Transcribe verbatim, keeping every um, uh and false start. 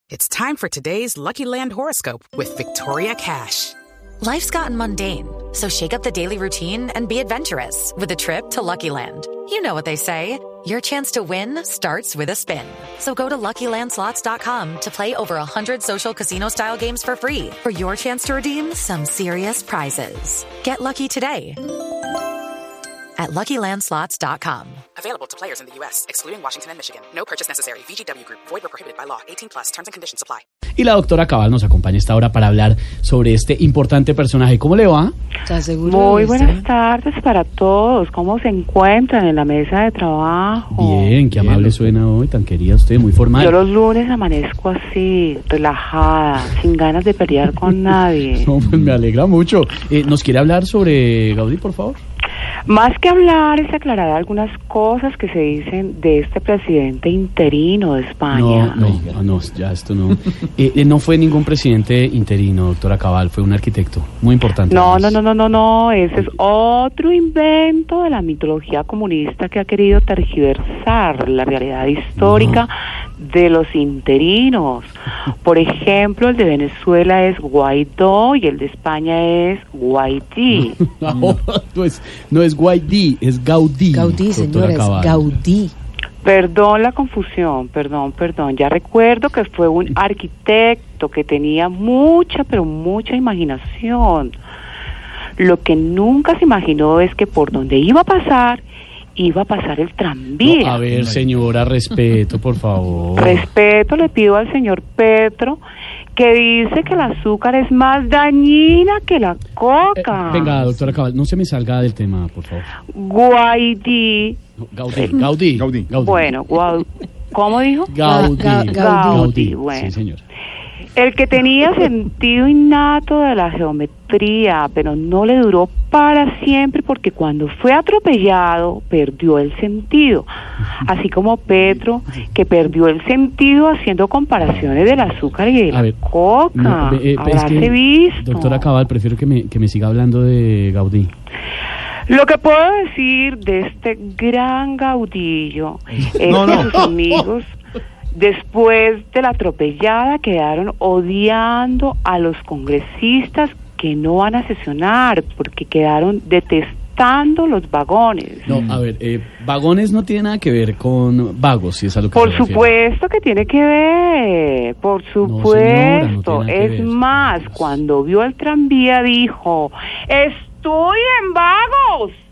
It's time for today's Lucky Land horoscope with Victoria Cash. Life's gotten mundane, so shake up the daily routine and be adventurous with a trip to Lucky Land. You know what they say, your chance to win starts with a spin. So go to Lucky Land Slots dot com to play over one hundred social casino-style games for free for your chance to redeem some serious prizes. Get lucky today at Lucky Land Slots dot com. Available to players in the U S, excluding Washington and Michigan. No purchase necessary. V G W Group. Void or prohibited by law. eighteen plus. Terms and conditions apply. Y la doctora Cabal nos acompaña esta hora para hablar sobre este importante personaje. ¿Cómo le va? ¿Estás seguro? Muy buenas tardes para todos. ¿Cómo se encuentran en la mesa de trabajo? Bien, qué amable suena hoy, tan querida usted, muy formal. Yo los lunes amanezco así, relajada, sin ganas de pelear con nadie. No, pues me alegra mucho. Eh, ¿Nos quiere hablar sobre Gaudí, por favor? Más que hablar es aclarar algunas cosas que se dicen de este presidente interino de España. No, no, no, no ya esto no. eh, eh, no fue ningún presidente interino, doctora Cabal, fue un arquitecto muy importante. No, no, no, no, no, no, ese es otro invento de la mitología comunista que ha querido tergiversar la realidad histórica no. de los interinos. Por ejemplo, el de Venezuela es Guaidó y el de España es Guaidí. No, pues no es Guaidí, es Gaudí. Gaudí, señores, Gaudí. Perdón la confusión, perdón, perdón. Ya recuerdo que fue un arquitecto que tenía mucha, pero mucha imaginación. Lo que nunca se imaginó es que por donde iba a pasar, iba a pasar el tranvía. No, a ver, señora, respeto, por favor. Respeto le pido al señor Petro, que dice que el azúcar es más dañina que la coca. Eh, venga, doctora Cabal, no se me salga del tema, por favor. Guaidí. No, Gaudí, Gaudí, Gaudí, Gaudí. Bueno, Guau, ¿cómo dijo? Gaudí. Gaudí. Gaudí, bueno. Sí, señora. El que tenía sentido innato de la geometría, pero no le duró para siempre porque cuando fue atropellado perdió el sentido. Así como Petro, que perdió el sentido haciendo comparaciones del azúcar y de la ver, coca. No, eh, Habráse que, visto. Doctora Cabal, prefiero que me, que me siga hablando de Gaudí. Lo que puedo decir de este gran Gaudillo es no, que no. sus amigos, después de la atropellada, quedaron odiando a los congresistas que no van a sesionar porque quedaron detestando los vagones. No, a ver, eh, vagones no tiene nada que ver con vagos, si es a lo que Por supuesto que tiene que ver, por supuesto. No, señora, no tiene nada que ver. Es más, cuando vio el tranvía dijo, ¡estoy en vagos!